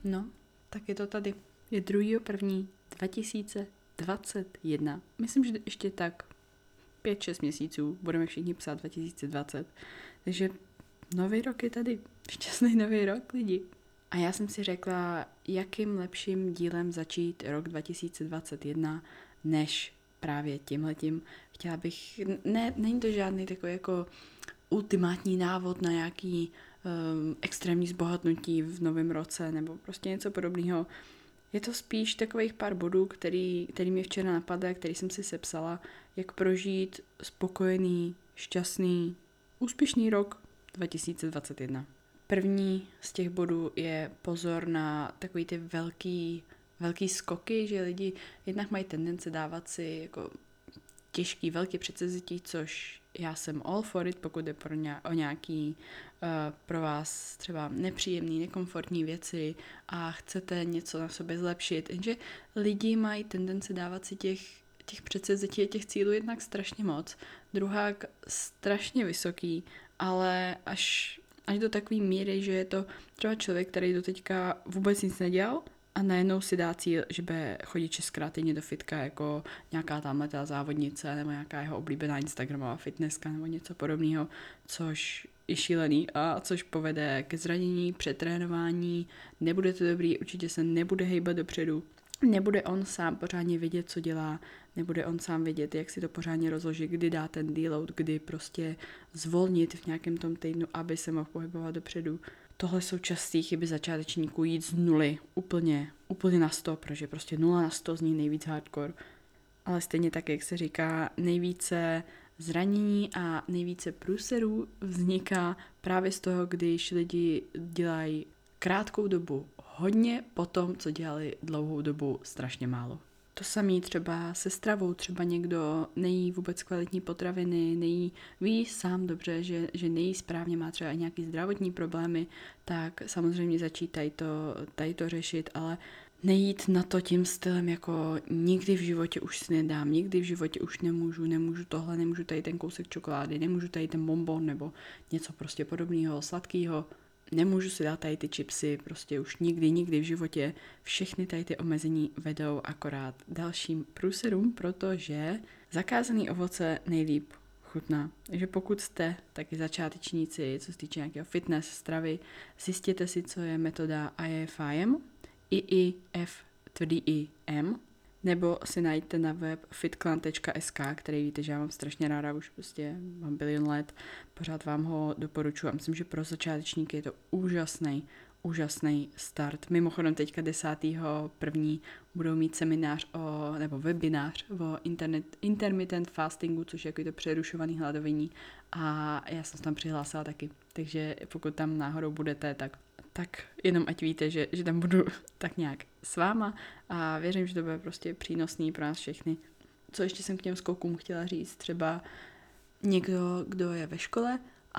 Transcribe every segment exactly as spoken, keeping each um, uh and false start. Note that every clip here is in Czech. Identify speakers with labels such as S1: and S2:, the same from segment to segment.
S1: No, tak je to tady. Je druhého prvního dva tisíce dvacet jedna. Myslím, že ještě tak pět šest měsíců budeme všichni psát dva tisíce dvacet. Takže nový rok je tady. Šťastný nový rok, lidi. A já jsem si řekla, jakým lepším dílem začít rok dva tisíce dvacet jedna, než právě tímhletím. Chtěla bych, ne, není to žádný takový jako ultimátní návod na nějaký um, extrémní zbohatnutí v novém roce nebo prostě něco podobného. Je to spíš takových pár bodů, který, který mě včera napadly, který jsem si sepsala, jak prožít spokojený, šťastný, úspěšný rok dva tisíce dvacet jedna. První z těch bodů je pozor na takový ty velký, velký skoky, že lidi jednak mají tendence dávat si jako těžký, velký předsevzetí, což já jsem all for it, pokud je pro ně, o nějaký uh, pro vás třeba nepříjemný, nekomfortní věci a chcete něco na sobě zlepšit. Jenže lidi mají tendence dávat si těch, těch předsevzetí a těch cílů jednak strašně moc, druhák strašně vysoký, ale až, až do takové míry, že je to třeba člověk, který doteďka vůbec nic nedělal, a najednou si dá cíl, že bude chodit šestkrát týdně do fitka jako nějaká tamhletá závodnice nebo nějaká jeho oblíbená instagramová fitnesska nebo něco podobného, což je šílený a což povede ke zranění, přetrénování, nebude to dobrý, určitě se nebude hejbat dopředu, nebude on sám pořádně vědět, co dělá, nebude on sám vědět, jak si to pořádně rozložit, kdy dá ten deload, kdy prostě zvolnit v nějakém tom týdnu, aby se mohl pohybovat dopředu. Tohle jsou časté chyby začátečníků, jít z nuly úplně, úplně na sto, protože prostě nula na sto zní nejvíc hardcore. Ale stejně tak, jak se říká, nejvíce zranění a nejvíce průserů vzniká právě z toho, když lidi dělají krátkou dobu hodně po tom, co dělali dlouhou dobu strašně málo. To samé třeba se stravou, třeba někdo nejí vůbec kvalitní potraviny, nejí, ví sám dobře, že, že nejí správně, má třeba i nějaký zdravotní problémy, tak samozřejmě začít tady to, tady to řešit, ale nejít na to tím stylem jako nikdy v životě už si nedám, nikdy v životě už nemůžu, nemůžu tohle, nemůžu tady ten kousek čokolády, nemůžu tady ten bonbon nebo něco prostě podobného, sladkého. Nemůžu si dát tady ty chipsy, prostě už nikdy, nikdy v životě. Všechny tady ty omezení vedou akorát dalším průserům, protože zakázaný ovoce nejlíp chutná. Takže pokud jste taky začátečníci, co se týče nějakého fitness, stravy, zjistěte si, co je metoda I F I M, I I F tvrdý I M, nebo si najďte na web fitclan tečka es ká, který víte, že já mám strašně ráda, už prostě mám bilion let, pořád vám ho doporučuji a myslím, že pro začátečníky je to úžasný, úžasný start. Mimochodem teďka desátého prvního budou mít seminář o, nebo webinář o internet, intermittent fastingu, což je jako to přerušovaný hladovění a já jsem se tam přihlásila taky, takže pokud tam náhodou budete, tak tak jenom ať víte, že, že tam budu tak nějak s váma a věřím, že to bude prostě přínosný pro nás všechny. Co ještě jsem k těm skokům chtěla říct, třeba někdo, kdo je ve škole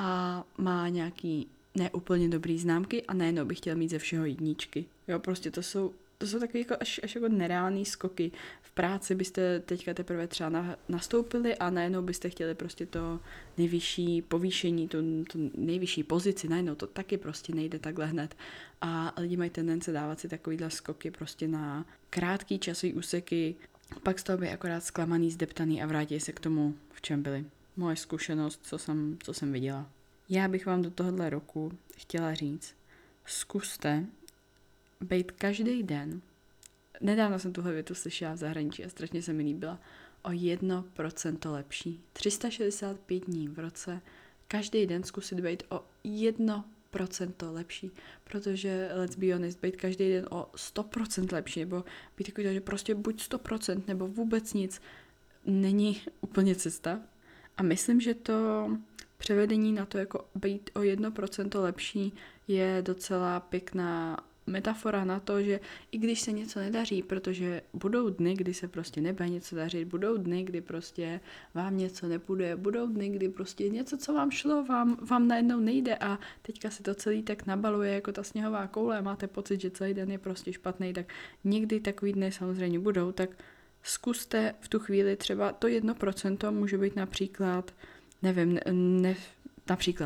S1: a má nějaký neúplně dobrý známky a najednou by chtěl mít ze všeho jedničky. Jo, prostě to jsou, to jsou takové jako až, až jako nereální skoky. V práci byste teďka teprve třeba na, nastoupili a najednou byste chtěli prostě to nejvyšší povýšení, tu, tu nejvyšší pozici, najednou to taky prostě nejde takhle hned. A lidi mají tendence dávat si takovýhle skoky prostě na krátký časový úseky, pak z toho by akorát zklamaný, zdeptaný a vrátí se k tomu, v čem byli. Moje zkušenost, co jsem, co jsem viděla. Já bych vám do tohohle roku chtěla říct, zkuste být každý den. Nedávno jsem tuhle větu slyšela v zahraničí a strašně se mi líbila. O jedno procento lepší. tři sta šedesát pět dní v roce. Každý den zkusit být o jedno procento lepší. Protože, let's be honest, být každý den o sto procent lepší. Nebo být takový, že prostě buď sto procent nebo vůbec nic není úplně cesta. A myslím, že to převedení na to, jako být o jedno procento lepší, je docela pěkná metafora na to, že i když se něco nedaří, protože budou dny, kdy se prostě nebude něco dařit, budou dny, kdy prostě vám něco nepůjde, budou dny, kdy prostě něco, co vám šlo, vám, vám najednou nejde a teďka se to celý tak nabaluje jako ta sněhová koule a máte pocit, že celý den je prostě špatný, tak někdy takový dny samozřejmě budou, tak zkuste v tu chvíli třeba to jedno procento může být například, nevím, ne, ne, například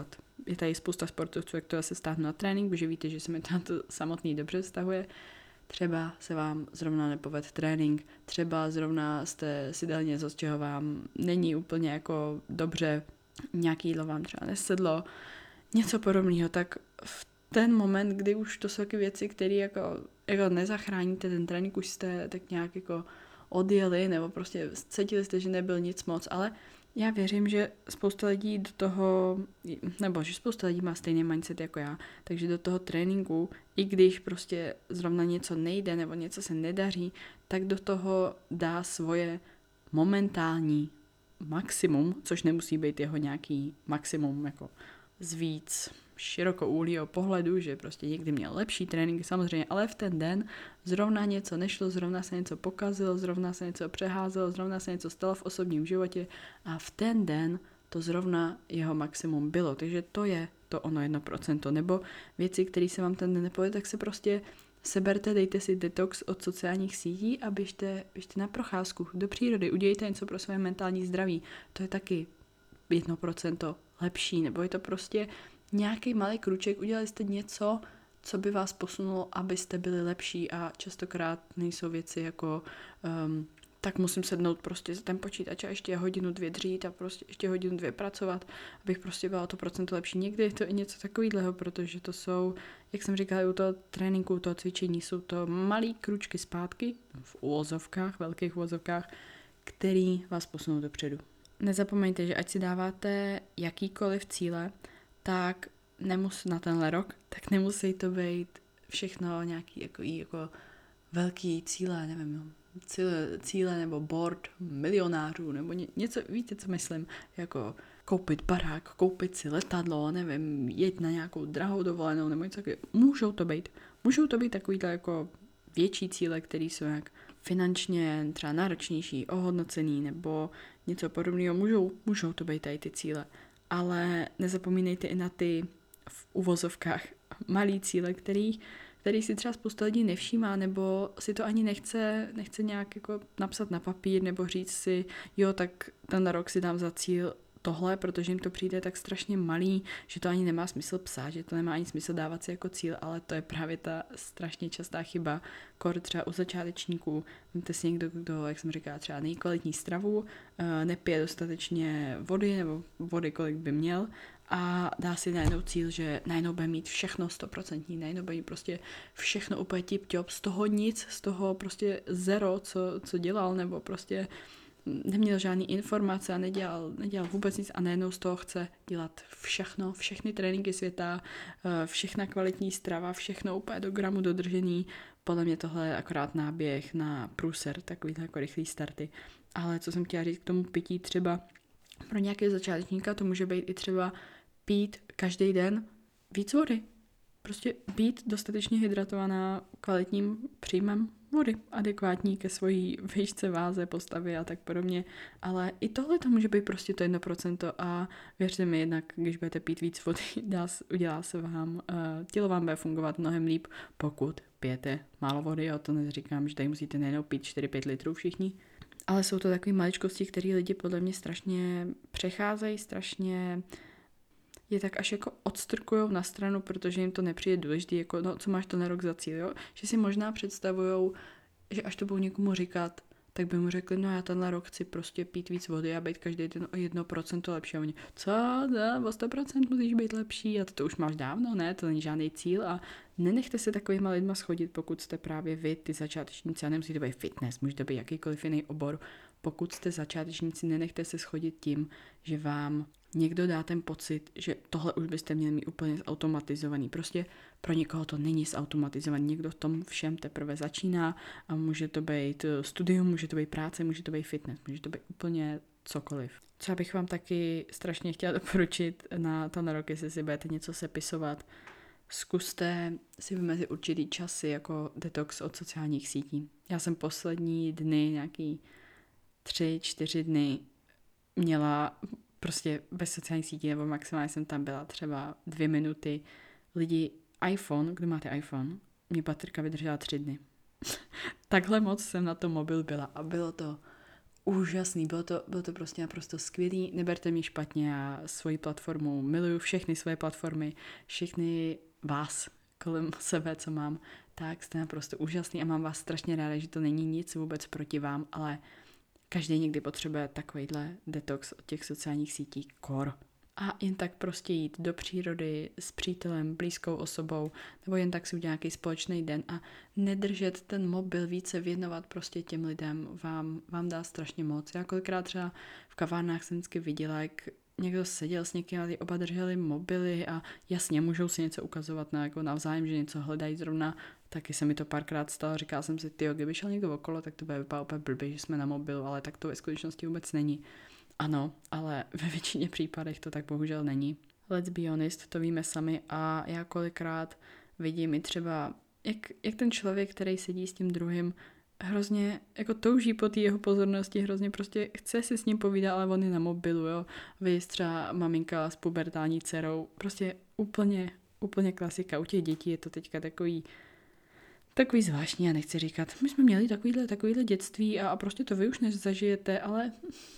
S1: je tady spousta sportovců, jak to zase stáhnu na trénink, protože víte, že se mi to samotný dobře vztahuje. Třeba se vám zrovna nepoved trénink, třeba zrovna jste si dali něco, z čeho vám není úplně jako dobře, nějaký jídlo vám třeba nesedlo, něco podobného, tak v ten moment, kdy už to jsou taky věci, které jako, jako nezachráníte, ten trénink už jste tak nějak jako odjeli, nebo prostě cítili jste, že nebyl nic moc, ale já věřím, že spousta lidí do toho, nebo že spousta lidí má stejný mindset jako já, takže do toho tréninku, i když prostě zrovna něco nejde nebo něco se nedaří, tak do toho dá svoje momentální maximum, což nemusí být jeho nějaký maximum jako z víc širokoúhlého pohledu, že prostě někdy měl lepší trénink samozřejmě, ale v ten den zrovna něco nešlo, zrovna se něco pokazilo, zrovna se něco přeházelo, zrovna se něco stalo v osobním životě a v ten den to zrovna jeho maximum bylo. Takže to je to ono jedno procento. Nebo věci, které se vám ten den nepovede, tak se prostě seberte, dejte si detox od sociálních sítí a běžte, běžte na procházku do přírody, udějte něco pro své mentální zdraví. To je taky jedno procento lepší, nebo je to prostě nějaký malý kruček, udělali jste něco, co by vás posunulo, abyste byli lepší a častokrát nejsou věci jako um, tak musím sednout prostě za ten počítač a ještě hodinu, dvě dřít a prostě ještě hodinu, dvě pracovat, abych prostě byla o to procento lepší. Někdy je to i něco takového, protože to jsou, jak jsem říkala, u toho tréninku, u toho cvičení, jsou to malý kručky zpátky, v uvozovkách, velkých uvozovkách, který vás posunou dopředu. Nezapomeňte, že ať si dáváte jakýkoliv cíle, tak nemus na tenhle rok, tak nemusí to být všechno nějaký jako, jako velký cíle, nevím, cíle, cíle nebo board milionářů, nebo ně, něco, víte, co myslím, jako koupit barák, koupit si letadlo, nevím, jet na nějakou drahou dovolenou, nebo něco takového. Můžou to být. Můžou to být takovýhle jako větší cíle, které jsou jak finančně třeba náročnější, ohodnocený, nebo něco podobného. Můžou, můžou to být tady ty cíle. Ale nezapomínejte i na ty v uvozovkách malý cíle, který, který si třeba spousta lidí nevšímá, nebo si to ani nechce, nechce nějak jako napsat na papír, nebo říct si, jo, tak ten rok si dám za cíl tohle, protože jim to přijde tak strašně malý, že to ani nemá smysl psát, že to nemá ani smysl dávat si jako cíl, ale to je právě ta strašně častá chyba, kor třeba u začátečníků. Víte si někdo, kdo, jak jsem říkala, třeba nejí kvalitní stravu, nepije dostatečně vody, nebo vody, kolik by měl, a dá si najednou cíl, že najednou bude mít všechno stoprocentní, najednou bude mít prostě všechno úplně tip-top, z toho nic, z toho prostě zero, co, co dělal, nebo prostě neměl žádný informace a nedělal, nedělal vůbec nic a najednou z toho chce dělat všechno, všechny tréninky světa, všechna kvalitní strava, všechno úplně do gramu dodržený. Podle mě tohle je akorát náběh na průser, takovýhle jako rychlý starty. Ale co jsem chtěla říct k tomu pití, třeba pro nějakého začátečníka to může být i třeba pít každý den víc vody. Prostě být dostatečně hydratovaná kvalitním příjmem vody, adekvátní ke svojí výšce, váze, postavě a tak podobně. Ale i tohle to může být prostě to jedno procento a věřte mi, jednak když budete pít víc vody, dá, udělá se vám, uh, tělo vám bude fungovat mnohem líp, pokud pijete málo vody. Já to neříkám, že tady musíte nejenom pít čtyři pět litrů všichni, ale jsou to takové maličkosti, které lidi podle mě strašně přecházejí, strašně je tak až jako odstrkujou na stranu, protože jim to nepřijde důležitý, jako no, co máš to na rok za cíl, jo? Že si možná představujou, že až to budou někomu říkat, tak by mu řekli, no já tenhle rok chci prostě pít víc vody a být každý den o jedno procento lepší. A oni, co, da, o sto procent musíš být lepší a to, to už máš dávno, ne, to není žádný cíl a nenechte se takovýma lidma schodit, pokud jste právě vy, ty začátečníci, a nemusí to být fitness, může to být jakýkoliv jiný obor. Pokud jste začátečníci, nenechte se schodit tím, že vám někdo dá ten pocit, že tohle už byste měli mít úplně zautomatizovaný. Prostě pro někoho to není zautomatizovaný. Někdo v tom všem teprve začíná a může to být studium, může to být práce, může to být fitness, může to být úplně cokoliv. Co bych vám taky strašně chtěla doporučit na ten rok, jestli si budete něco sepisovat, zkuste si vymezit určitý časy jako detox od sociálních sítí. Já jsem poslední dny, nějaký tři, čtyři dny měla prostě bez sociálních sítí, nebo maximálně jsem tam byla třeba dvě minuty. Lidi, iPhone, kdo máte iPhone, mě baterka vydržela tři dny. Takhle moc jsem na tom mobil byla a bylo to úžasný, bylo to, bylo to prostě naprosto skvělý, neberte mě špatně, já svoji platformu miluju, všechny svoje platformy, všechny vás kolem sebe, co mám, tak jste naprosto úžasný a mám vás strašně ráda, že to není nic vůbec proti vám, ale každý někdy potřebuje takovýhle detox od těch sociálních sítí kor. A jen tak prostě jít do přírody s přítelem, blízkou osobou, nebo jen tak si udělat nějaký společný den a nedržet ten mobil, více věnovat prostě těm lidem, vám, vám dá strašně moc. Já kolikrát třeba v kavárnách jsem vždycky viděla, jak někdo seděl s někým a ty oba drželi mobily a jasně, můžou si něco ukazovat na, jako navzájem, že něco hledají zrovna. Taky se mi to párkrát stalo, říkala jsem si, tyjo, kdyby šel někdo okolo, tak to bude vypadat úplně blbě, že jsme na mobilu, ale tak to ve skutečnosti vůbec není. Ano, ale ve většině případech to tak bohužel není. Let's be honest, to víme sami a já kolikrát vidím i třeba, jak, jak ten člověk, který sedí s tím druhým, hrozně jako touží po té jeho pozornosti, hrozně prostě chce si s ním povídat, ale on je na mobilu, jo. Vy třeba maminka s pubertální dcerou, prostě úplně, úplně klasika. U těch dětí je to teďka takový takový zvláštní, já nechci říkat, my jsme měli takovýhle, takovýhle dětství a, a prostě to vy už nezažijete, ale...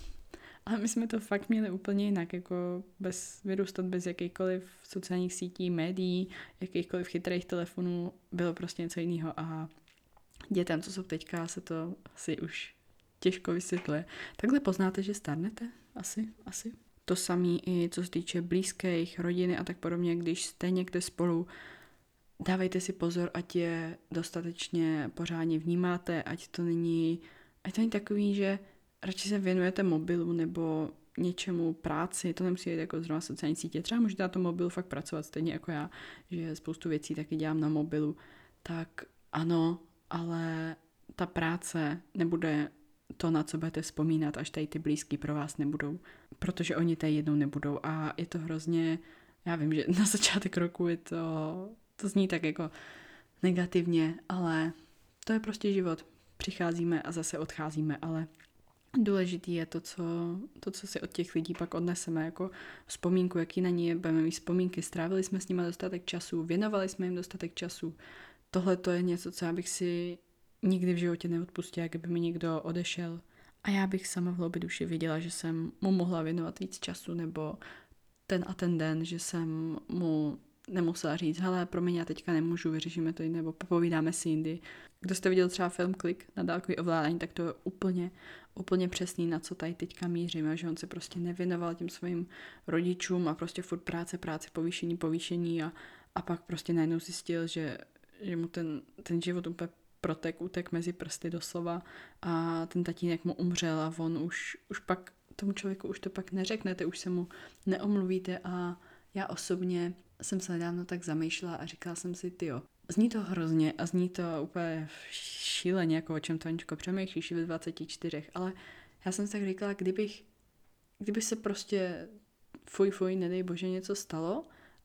S1: Ale my jsme to fakt měli úplně jinak, jako bez, vyrůstat bez jakýchkoliv sociálních sítí, médií, jakýchkoliv chytrých telefonů, bylo prostě něco jiného a dětem, co jsou teďka, se to asi už těžko vysvětluje. Takhle poznáte, že stárnete? Asi, asi. To samé i co se týče blízkých, rodiny a tak podobně, když jste někde spolu, dávejte si pozor, ať je dostatečně pořádně vnímáte, ať to není, ať to není takový, že radši se věnujete mobilu nebo něčemu práci, to nemusí být jako zrovna sociální sítě. Třeba můžete na tom mobilu fakt pracovat stejně jako já, že spoustu věcí taky dělám na mobilu. Tak ano, ale ta práce nebude to, na co budete vzpomínat, až tady ty blízký pro vás nebudou. Protože oni tady jednou nebudou a je to hrozně, já vím, že na začátek roku je to, to zní tak jako negativně, ale to je prostě život. Přicházíme a zase odcházíme, ale důležitý je to co, to, co si od těch lidí pak odneseme, jako vzpomínku, jaký na ní je, budeme mít vzpomínky, strávili jsme s nimi dostatek času, věnovali jsme jim dostatek času. Tohle to je něco, co já bych si nikdy v životě neodpustila, kdyby mi někdo odešel. A já bych sama v hloubi duši viděla, že jsem mu mohla věnovat víc času, nebo ten a ten den, že jsem mu nemusela říct, hele, promiň, já teďka nemůžu, vyřešíme to jindy, nebo popovídáme si jindy. Kdo jste viděl třeba film Klik na dálkový ovládání, tak to je úplně, úplně přesný, na co tady teďka míříme, že on se prostě nevěnoval těm svým rodičům a prostě furt práce, práce, povýšení, povýšení a, a pak prostě najednou zjistil, že, že mu ten, ten život úplně protek, utek mezi prsty doslova a ten tatínek mu umřel a on už, už pak tomu člověku už to pak neřeknete, už se mu neomluvíte a já osobně jsem se nedávno tak zamýšlela a říkala jsem si, tyjo, zní to hrozně a zní to úplně šíleně, jako o čem to Aničko přemýšlíš ve dvaceti čtyřech, ale já jsem si tak říkala, kdybych, kdyby se prostě fuj, fuj, nedej bože, něco stalo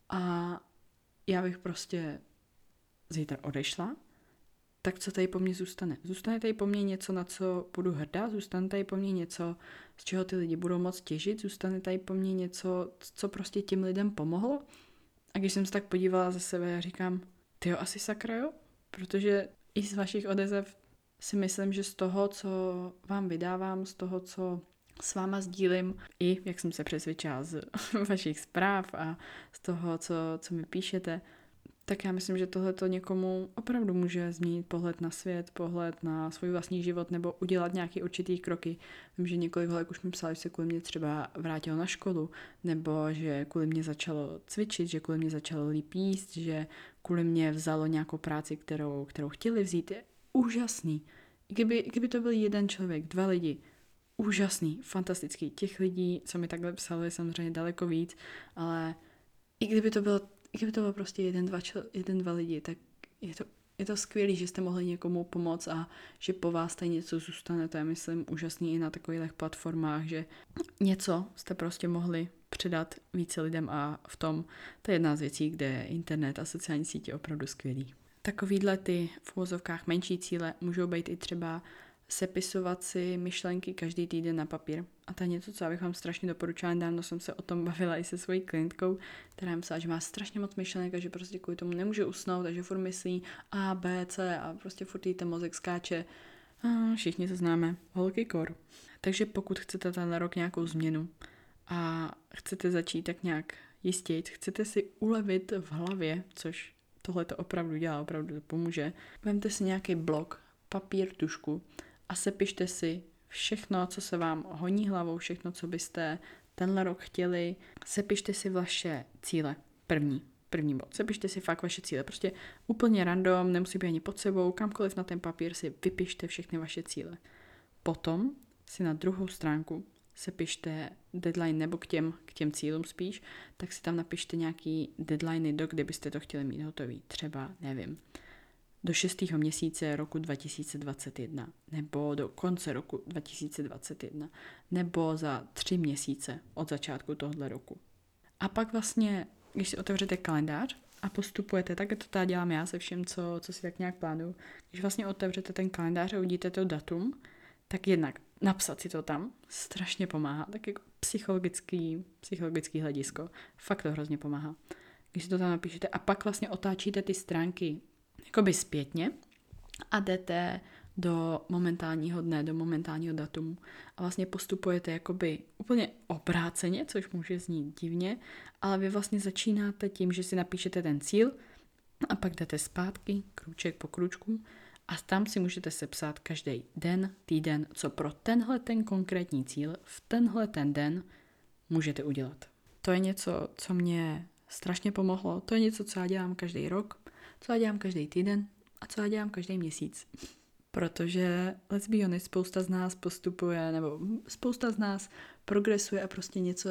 S1: a já bych prostě zítra odešla, tak co tady po mně zůstane? Zůstane tady po mně něco, na co budu hrdá? Zůstane tady po mně něco, z čeho ty lidi budou moc těžit? Zůstane tady po mně něco, co prostě těm lidem pomohlo? A když jsem se tak podívala za sebe, já říkám, tyjo, asi sakra jo? Protože i z vašich odezev si myslím, že z toho, co vám vydávám, z toho, co s váma sdílím, i jak jsem se přesvědčila z vašich zpráv a z toho, co, co mi píšete, tak já myslím, že tohle to někomu opravdu může změnit pohled na svět, pohled na svůj vlastní život nebo udělat nějaký určitý kroky. Vím, že několik holek už mi psalo, že se kvůli mě třeba vrátilo na školu, nebo že kvůli mě začalo cvičit, že kvůli mě začalo líp jíst, že kvůli mě vzalo nějakou práci, kterou, kterou chtěli vzít. Je úžasný. Kdyby, kdyby to byl jeden člověk, dva lidi, úžasný, fantastický. Těch lidí, co mi takhle psali, je samozřejmě daleko víc, ale i kdyby to bylo Kdyby to bylo prostě jeden, dva, čl- jeden, dva lidi, tak je to, je to skvělý, že jste mohli někomu pomoct a že po vás tady něco zůstane. To je, myslím, úžasný i na takových platformách, že něco jste prostě mohli předat více lidem a v tom to je jedna z věcí, kde je internet a sociální sítě opravdu skvělý. Takovýhle ty v uvozovkách menší cíle můžou být i třeba sepisovat si myšlenky každý týden na papír. A to je něco, co já bych vám strašně doporučila. Nedávno jsem se o tom bavila i se svojí klientkou, která mi psala, že má strašně moc myšlenek a že prostě kvůli tomu nemůže usnout a že furt myslí A, B, C a prostě furt jí ten mozek skáče. A všichni to známe. Holky kor. Takže pokud chcete ten rok nějakou změnu a chcete začít tak nějak jistit, chcete si ulevit v hlavě, což tohle to opravdu dělá, opravdu to pomůže, vemte si nějaký blok, papír, tužku a sepište si všechno, co se vám honí hlavou, všechno, co byste tenhle rok chtěli, sepište si vaše cíle. První, první bod. Sepište si fakt vaše cíle. Prostě úplně random, nemusí být ani pod sebou, kamkoliv na ten papír si vypište všechny vaše cíle. Potom si na druhou stránku sepište deadline nebo k těm, k těm cílům spíš, tak si tam napište nějaký deadline, do kdy byste to chtěli mít hotový. Třeba, nevím, do šestého měsíce roku dva tisíce dvacet jedna, nebo do konce roku dva tisíce dvacet jedna, nebo za tři měsíce od začátku tohoto roku. A pak vlastně, když si otevřete kalendář a postupujete, tak to tady dělám já se vším, co, co si tak nějak plánuju. Když vlastně otevřete ten kalendář a uvidíte to datum, tak jednak napsat si to tam strašně pomáhá, tak jako psychologický, psychologický hledisko. Fakt to hrozně pomáhá. Když si to tam napíšete a pak vlastně otáčíte ty stránky jakoby zpětně a jdete do momentálního dne, do momentálního datumu a vlastně postupujete jakoby úplně obráceně, což může znít divně, ale vy vlastně začínáte tím, že si napíšete ten cíl a pak jdete zpátky, krůček po krůčku a tam si můžete sepsat každý den, týden, co pro tenhle ten konkrétní cíl v tenhle ten den můžete udělat. To je něco, co mě strašně pomohlo, to je něco, co já dělám každý rok, co já dělám každý týden a co já dělám každý měsíc. Protože, let's be honest, spousta z nás postupuje, nebo spousta z nás progresuje a prostě něco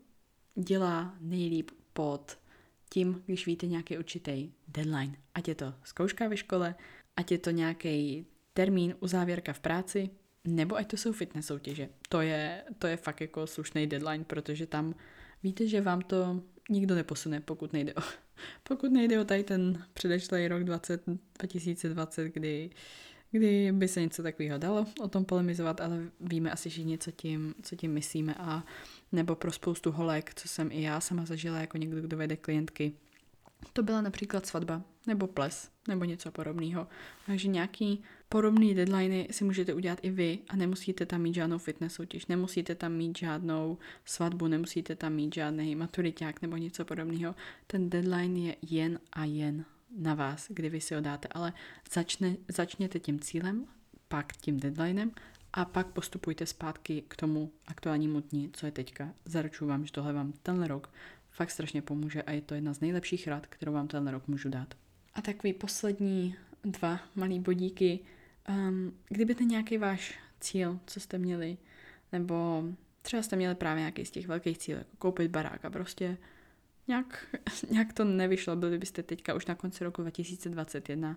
S1: dělá nejlíp pod tím, když víte nějaký určitý deadline. Ať je to zkouška ve škole, ať je to nějaký termín, uzávěrka v práci, nebo ať to jsou fitness soutěže. To je, to je fakt jako slušný deadline, protože tam víte, že vám to nikdo neposune, pokud nejde o, pokud nejde o tady ten předešlý rok dvacet, dva tisíce dvacet, kdy, kdy by se něco takového dalo o tom polemizovat, ale víme asi všichni, co tím, co tím myslíme a nebo pro spoustu holek, co jsem i já sama zažila jako někdo, kdo vede klientky. To byla například svatba, nebo ples, nebo něco podobného. Takže nějaký podobný deadliny si můžete udělat i vy a nemusíte tam mít žádnou fitness soutěž, nemusíte tam mít žádnou svatbu, nemusíte tam mít žádný maturiťák nebo něco podobného. Ten deadline je jen a jen na vás, kdy vy si ho dáte, ale začne, začněte tím cílem, pak tím deadlinem a pak postupujte zpátky k tomu aktuálnímu dni, co je teďka. Zaručuju vám, že tohle vám tenhle rok fakt strašně pomůže a je to jedna z nejlepších rad, kterou vám tenhle rok můžu dát. A takový poslední dva malý bodíky. Um, kdybyste nějaký váš cíl, co jste měli, nebo třeba jste měli právě nějaký z těch velkých cílů, jako koupit barák a prostě nějak, nějak to nevyšlo, byli byste teďka už na konci roku dva tisíce dvacet jedna.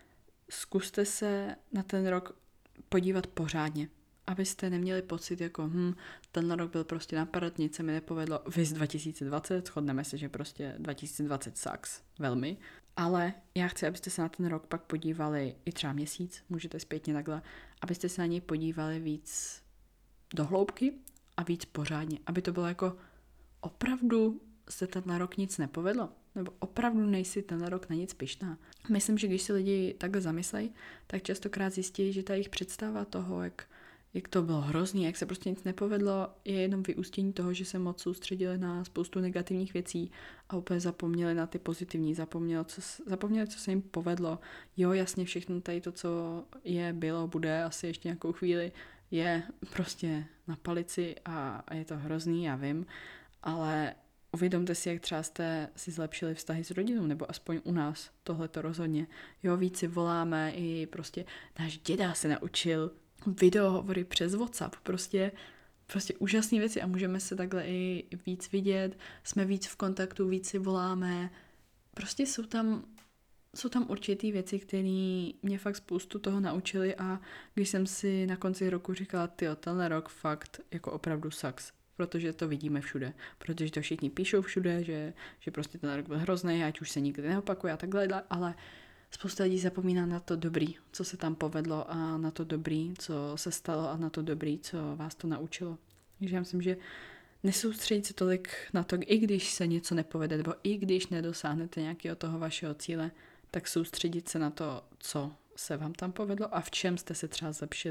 S1: Zkuste se na ten rok podívat pořádně, abyste neměli pocit jako hm, ten rok byl prostě na prd, nic se mi nepovedlo, vys dva tisíce dvacet, shodneme se, že prostě dva tisíce dvacet sucks, velmi, ale já chci, abyste se na ten rok pak podívali i třeba měsíc, můžete zpětně takhle, abyste se na něj podívali víc do hloubky a víc pořádně, aby to bylo jako opravdu se ten rok nic nepovedlo, nebo opravdu nejsi ten rok na nic pyšná. Myslím, že když si lidi takhle zamyslejí, tak častokrát zjistí, že ta jejich představa toho, jak jak to bylo hrozný, jak se prostě nic nepovedlo, je jenom vyústění toho, že se moc soustředili na spoustu negativních věcí a úplně zapomněli na ty pozitivní, zapomněli, co, zapomněli, co se jim povedlo. Jo, jasně, všechno tady to, co je, bylo, bude asi ještě nějakou chvíli, je prostě na palici a, a je to hrozný, já vím, ale uvědomte si, jak třeba jste si zlepšili vztahy s rodinou, nebo aspoň u nás tohle to rozhodně. Jo, víc si voláme i prostě náš děda se naučil videohovory přes WhatsApp, prostě, prostě úžasné věci a můžeme se takhle i víc vidět, jsme víc v kontaktu, víc si voláme, prostě jsou tam, jsou tam určitý věci, které mě fakt spoustu toho naučily a když jsem si na konci roku říkala, tyjo, tenhle rok fakt jako opravdu sucks, protože to vidíme všude, protože to všichni píšou všude, že, že prostě ten rok byl hrozný, ať už se nikdy neopakuje a takhle, ale spousta lidí zapomíná na to dobrý, co se tam povedlo a na to dobrý, co se stalo a na to dobrý, co vás to naučilo. Takže já myslím, že nesoustředit se tolik na to, i když se něco nepovede, nebo i když nedosáhnete nějakého toho vašeho cíle, tak soustředit se na to, co se vám tam povedlo a v čem jste se třeba zlepšili,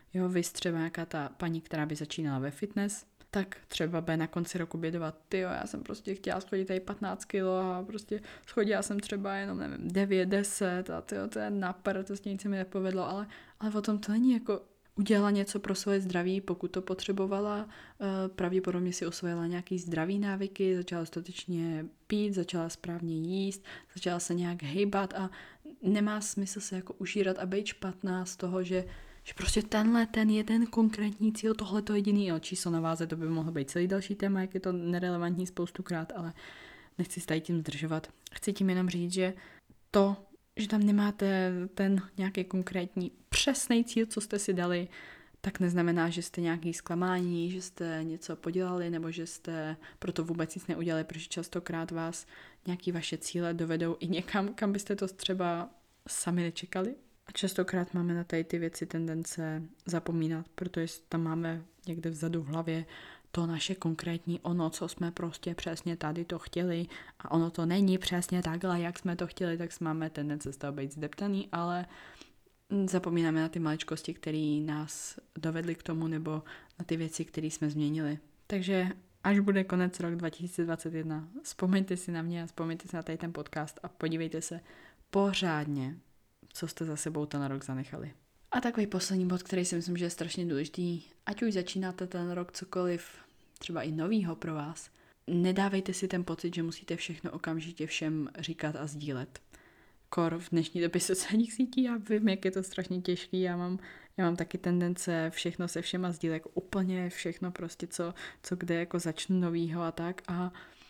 S1: Jo, vy třeba nějaká ta paní, která by začínala ve fitness, tak třeba bude na konci roku bědovat, tyjo, já jsem prostě chtěla schodit tady patnáct kilo a prostě schodila jsem třeba jenom, nevím, devět, deset a tyjo, to je napr, to s nic se mi nepovedlo, ale, ale o tom to není jako udělala něco pro svoje zdraví, pokud to potřebovala, pravděpodobně si osvojila nějaký zdravý návyky, začala dostatečně pít, začala správně jíst, začala se nějak hejbat a nemá smysl se jako užírat a být špatná z toho, že že prostě tenhle, ten jeden konkrétní cíl, tohle to jediný jo, číslo na váze, to by mohlo být celý další téma, jak je to nerelevantní spoustukrát, ale nechci se tady tím zdržovat. Chci tím jenom říct, že to, že tam nemáte ten nějaký konkrétní přesný cíl, co jste si dali, tak neznamená, že jste nějaký zklamání, že jste něco podělali nebo že jste proto vůbec nic neudělali, protože častokrát vás nějaký vaše cíle dovedou i někam, kam byste to třeba sami nečekali. A častokrát máme na tady ty věci tendence zapomínat, protože tam máme někde vzadu v hlavě to naše konkrétní ono, co jsme prostě přesně tady to chtěli a ono to není přesně takhle, jak jsme to chtěli, tak máme tendence z toho být zdeptaný, ale zapomínáme na ty maličkosti, které nás dovedly k tomu, nebo na ty věci, které jsme změnili. Takže až bude konec rok dva tisíce dvacet jedna, vzpomeňte si na mě a vzpomeňte si na tady ten podcast a podívejte se pořádně, co jste za sebou ten rok zanechali. A takový poslední bod, který si myslím, že je strašně důležitý, ať už začínáte ten rok cokoliv, třeba i novýho pro vás, nedávejte si ten pocit, že musíte všechno okamžitě všem říkat a sdílet. Kor v dnešní době sociálních sítí, já vím, jak je to strašně těžký, já mám, já mám taky tendence všechno se všema sdílet, jako úplně všechno prostě, co, co kde jako začnu novýho a tak a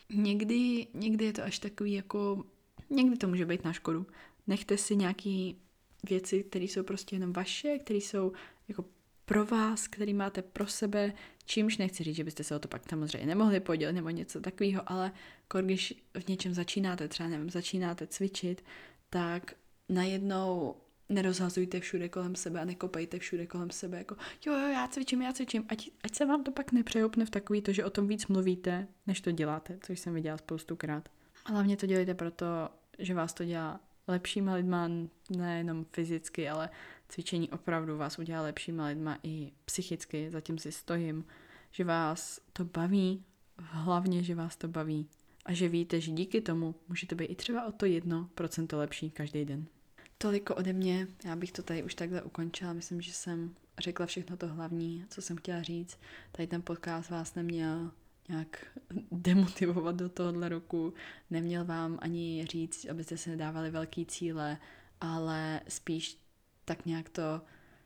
S1: někdy, někdy je to až takový jako, někdy to může být na škodu. Nechte si nějaký věci, které jsou prostě jenom vaše, které jsou jako pro vás, které máte pro sebe, čímž nechci říct, že byste se o to pak samozřejmě nemohli podělit nebo něco takového, ale když v něčem začínáte, třeba nevím, začínáte cvičit, tak najednou nerozhazujte všude kolem sebe a nekopejte všude kolem sebe, jako jo, jo, já cvičím, já cvičím, ať, ať se vám to pak nepřejopne v takový to, že o tom víc mluvíte, než to děláte, což jsem viděla spoustukrát. A hlavně to dělejte proto, že vás to dělá lepšíma lidma, nejenom fyzicky, ale cvičení opravdu vás udělá lepšíma lidma i psychicky, zatím si stojím, že vás to baví, hlavně, že vás to baví a že víte, že díky tomu můžete být i třeba o to jedno procento lepší každý den. Toliko ode mě, já bych to tady už takhle ukončila, myslím, že jsem řekla všechno to hlavní, co jsem chtěla říct, tady ten podcast vás neměl nějak demotivovat do tohohle roku, neměl vám ani říct, abyste se nedávali velký cíle, ale spíš tak nějak to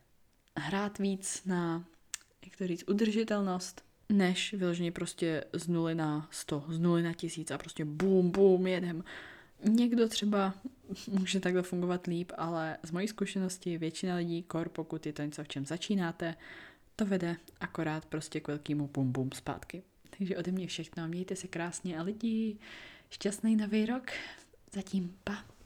S1: hrát víc na, jak to říct, udržitelnost, než vyloženě prostě z nuly na sto, z nuly na tisíc a prostě bum, bum, jedem. Někdo třeba může takhle fungovat líp, ale z mojí zkušenosti většina lidí, kor pokud je to něco, v čem začínáte, to vede akorát prostě k velkému bum, bum zpátky. Takže ode mě všechno. Mějte se krásně a lidi, šťastný nový rok. Zatím pa.